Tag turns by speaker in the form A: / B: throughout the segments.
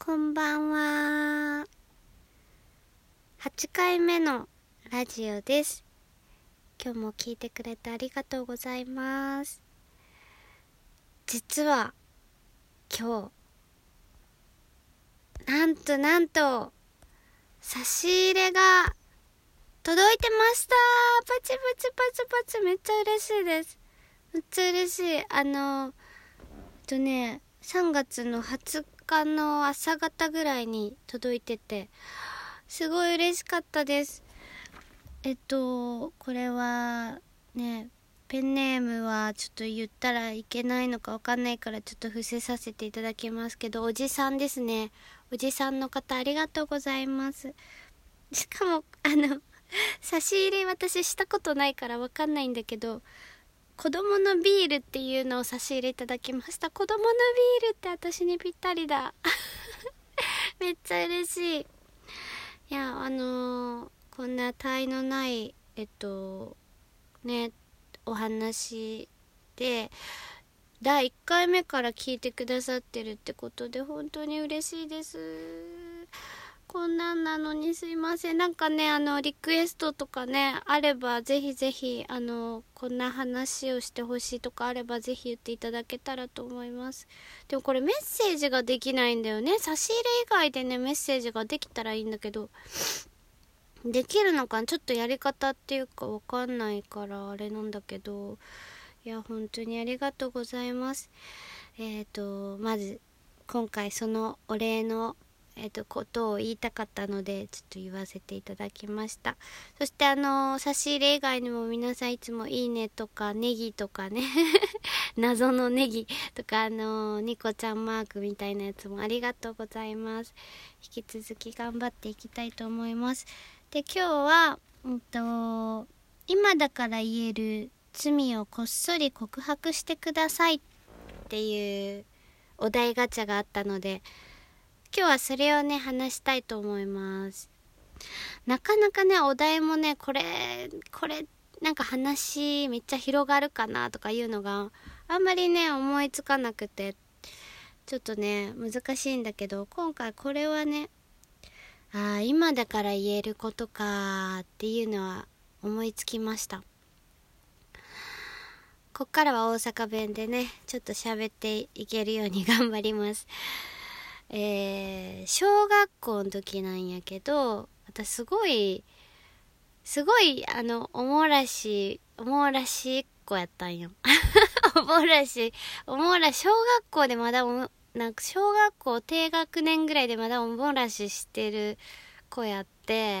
A: こんばんは。8回目のラジオです。今日も聞いてくれてありがとうございます。実は今日なんと差し入れが届いてました。パチパチパチパチ、めっちゃ嬉しいです。めっちゃ嬉しい。3月の20日の朝方ぐらいに届いてて、すごい嬉しかったです。これはね、ペンネームはちょっと言ったらいけないのかわかんないからちょっと伏せさせていただきますけど、おじさんですね。おじさんの方ありがとうございます。しかも差し入れ私したことないからわかんないんだけど、子供のビールっていうのを差し入れいただきました。子供のビールって私にぴったりだ。めっちゃ嬉しい。いや、こんな他愛のないお話で第1回目から聞いてくださってるってことで本当に嬉しいです。こんなんなのにすいません。なんかね、リクエストとかねあればぜひぜひこんな話をしてほしいとかあればぜひ言っていただけたらと思います。でもこれメッセージができないんだよね。差し入れ以外でねメッセージができたらいいんだけど、できるのかな、ちょっとやり方っていうかわかんないからあれなんだけど、いや本当にありがとうございます。まず今回そのお礼のことを言いたかったのでちょっと言わせていただきました。そして差し入れ以外にも皆さんいつもいいねとかネギとかね謎のネギとかニコちゃんマークみたいなやつもありがとうございます。引き続き頑張っていきたいと思います。で今日は今だから言える罪をこっそり告白してくださいっていうお題ガチャがあったので、今日はそれをね話したいと思います。なかなかねお題もねこれなんか話めっちゃ広がるかなとかいうのがあんまりね思いつかなくてちょっとね難しいんだけど、今回これはね今だから言えることかっていうのは思いつきました。こっからは大阪弁でねちょっと喋っていけるように頑張ります。小学校の時なんやけど、私すごいおもらしい子やったんよ。小学校でまだなんか小学校低学年ぐらいでまだおもらししてる子やって、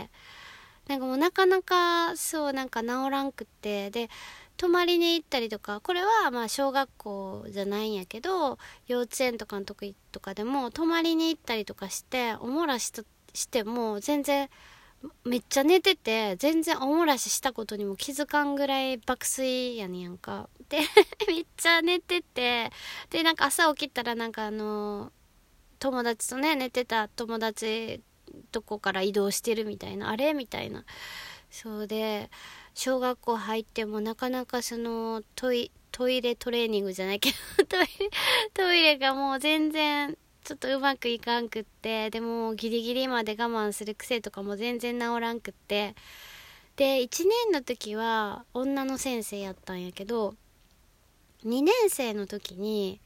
A: なんかもうなかなかなんか治らんくって、で泊まりに行ったりとか、これはまあ小学校じゃないんやけど幼稚園とかの時とかでも泊まりに行ったりとかしておもらししても全然めっちゃ寝てて、全然おもらししたことにも気づかんぐらい爆睡やねやんか。でめっちゃ寝てて、でなんか朝起きたらなんか友達とね寝てた友達どこから移動してるみたいな、あれみたいな。そうで小学校入ってもなかなかトイレトレーニングじゃないけどトイレがもう全然ちょっとうまくいかんくって、でもギリギリまで我慢する癖とかも全然治らんくって、で1年の時は女の先生やったんやけど、2年生の時に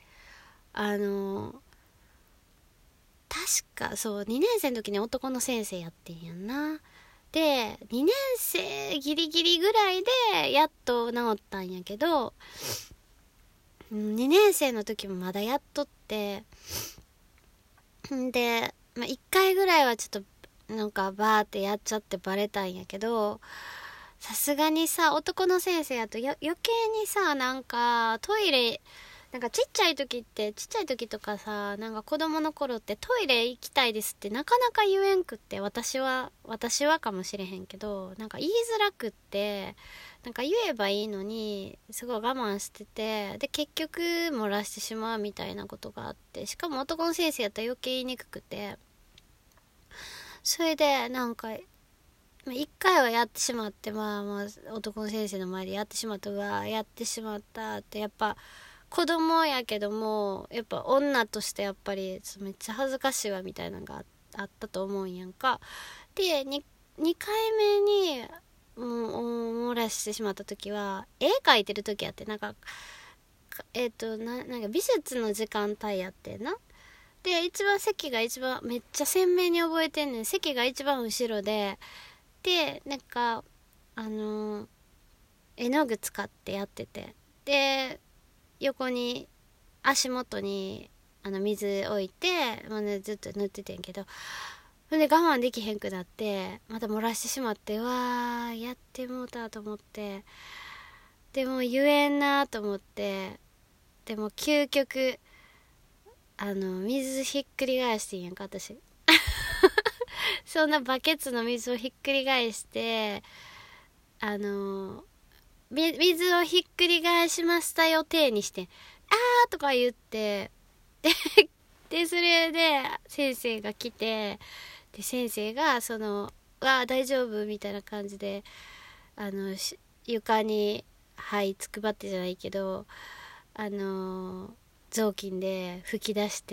A: 確か2年生の時に男の先生やってんやんな。で2年生ギリギリぐらいでやっと治ったんやけど、2年生の時もまだやっとって、で、1回ぐらいはちょっとなんかバーってやっちゃってバレたんやけど、さすがにさ男の先生やと余計にさなんかトイレなんかちっちゃい時とかさ、なんか子供の頃ってトイレ行きたいですってなかなか言えんくって、私はかもしれへんけどなんか言いづらくって、なんか言えばいいのにすごい我慢してて、で結局漏らしてしまうみたいなことがあって、しかも男の先生やったら余計言いにくくて、それでなんか一回はやってしまって、まあ男の先生の前でやってしまった、やってしまったってやっぱ子供やけどもやっぱ女としてやっぱりめっちゃ恥ずかしいわみたいなのがあったと思うんやんか。で 2回目に漏らしてしまった時は絵描いてる時やって、なんかなんか美術の時間帯やってんな。で一番席が一番めっちゃ鮮明に覚えてんねん。席が一番後ろで、なんか絵の具使ってやってて、で横に足元に水置いて、ずっと塗っててんけど、ほんで我慢できへんくなってまた漏らしてしまって、わーやってもうたと思って、でも言えんなと思って、でも究極水ひっくり返してんやんか私そんなバケツの水をひっくり返して水をひっくり返しましたよ体にして、あーとか言ってでそれで先生が来て、で先生がわー大丈夫みたいな感じで床にはいつくばってじゃないけど雑巾で吹き出して、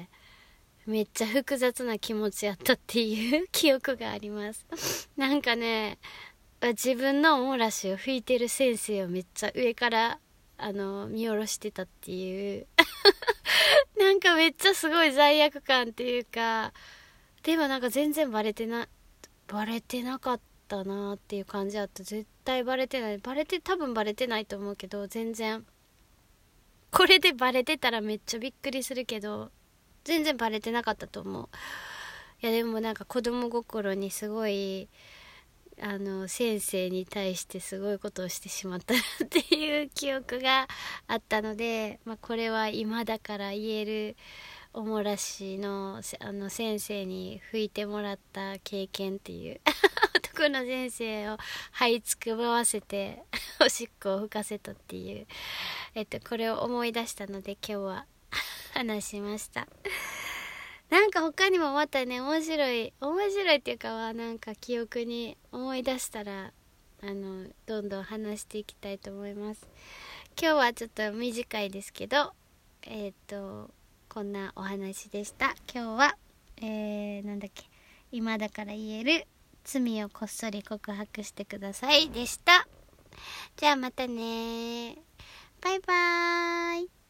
A: めっちゃ複雑な気持ちやったっていう記憶がありますなんかね、自分のおもらしを拭いてる先生をめっちゃ上から見下ろしてたっていうなんかめっちゃすごい罪悪感っていうか、でもなんか全然バレてなかったなっていう感じだった。絶対バレてない、多分バレてないと思うけど、全然これでバレてたらめっちゃびっくりするけど全然バレてなかったと思う。いやでもなんか子供心にすごい先生に対してすごいことをしてしまったっていう記憶があったので、これは今だから言えるおもらしの先生に拭いてもらった経験っていう男の先生を這いつくばわせておしっこを吹かせたっていう、これを思い出したので今日は話しました。なんか他にもまたね面白いっていうかはなんか記憶に思い出したらどんどん話していきたいと思います。今日はちょっと短いですけどこんなお話でした。今日はなんだっけ、今だから言える罪をこっそり告白してくださいでした。じゃあまたね、バイバーイ。